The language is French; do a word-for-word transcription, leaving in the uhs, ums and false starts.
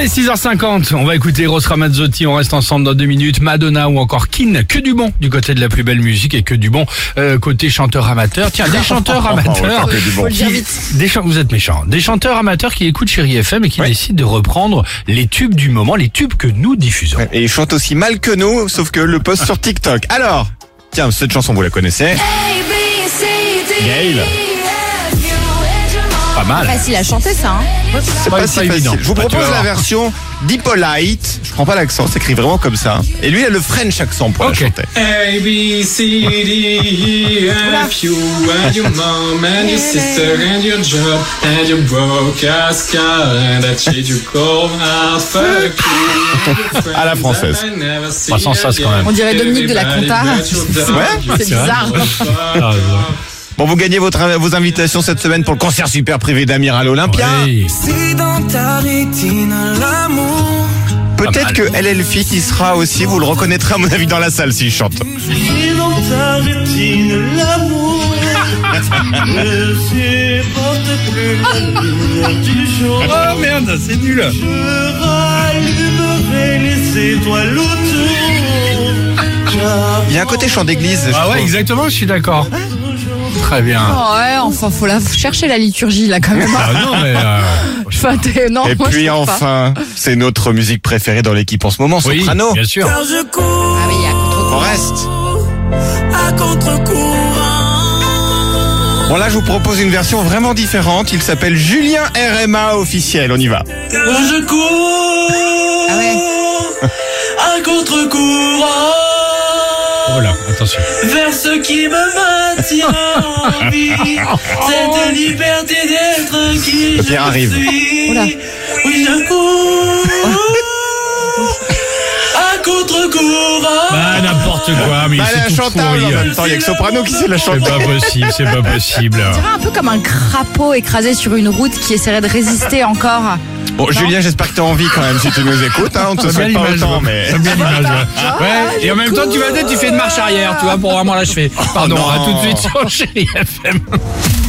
Allez, six heures cinquante, on va écouter Eros Ramazzotti, on reste ensemble dans deux minutes, Madonna ou encore Keane, que du bon du côté de la plus belle musique et que du bon euh, côté chanteur amateur. Tiens, des chanteurs amateurs, que du bon. qui, des chan- vous êtes méchants, des chanteurs amateurs qui écoutent Chérie F M et qui Ouais. décident de reprendre les tubes du moment, les tubes que nous diffusons. Et il chante aussi mal que nous, sauf que le poste sur TikTok. Alors, tiens, cette chanson, vous la connaissez. Gaël. Pas mal. Facile à chanter ça, hein. C'est Ouais, pas c'est si pas facile. évident. Je vous Bah, tu propose vas la voir. version d'Hippolyte. Je prends pas l'accent, c'est écrit vraiment comme ça. Et lui, il a le French accent pour Ok. la chanter. A, B, C, D, E, F, U, and your mom, and your sister, and your job, and your broke ass car, and that shit you call hard, fuck you. À la française. Pas sans sas, quand même. On dirait Dominique de la Conta. Ouais, C'est bizarre. Ah, Bon, vous gagnez votre, vos invitations cette semaine pour le concert super privé d'Amiral Olympia. oui. Si dans ta rétine l'amour, Peut-être mal. que L L F I y sera aussi, vous le reconnaîtrez à mon avis dans la salle s'il chante. Si dans ta rétine l'amour ne supporte plus la lumière du jour, Oh merde, c'est nul. je rallumerai les étoiles autour. Il y a un côté chant d'église. je Ah ouais, trouve. exactement, je suis d'accord. Très bien. Oh, ouais, enfin, faut la chercher la liturgie là quand même. Ah non, mais... euh, Enfin, t'es- non, Et moi, je puis trouve pas. enfin, c'est notre musique préférée dans l'équipe en ce moment, oui, Soprano. bien sûr. car je cours Ah oui, à contre On reste. à contre-courant. Bon là, je vous propose une version vraiment différente. Il s'appelle Julien R M A officiel. On y va. Car je cours Ah ouais. à contre-courant. Oh là, attention. Vers ce qui me maintient en vie, cette liberté d'être qui Le je Pierre arrive. suis. Oula. Oui, je cours à contre-courant. Bah, n'importe quoi, mais Bah, elle c'est est tout chantable en pourri. même temps. Il y a que Soprano qui sait la C'est chanter. pas possible, c'est pas possible. On dirait un peu comme un crapaud écrasé sur une route qui essaierait de résister encore. Bon, Julien, j'espère que t'as envie quand même si tu nous écoutes. Hein, on te J'aime bien souhaite pas l'image, autant, ouais. mais. J'aime bien l'image, ouais. Ouais, et en même temps, tu vas peut-être, tu fais une marche arrière, tu vois, pour vraiment l'achever. Pardon, non. à tout de suite sur Chérie F M.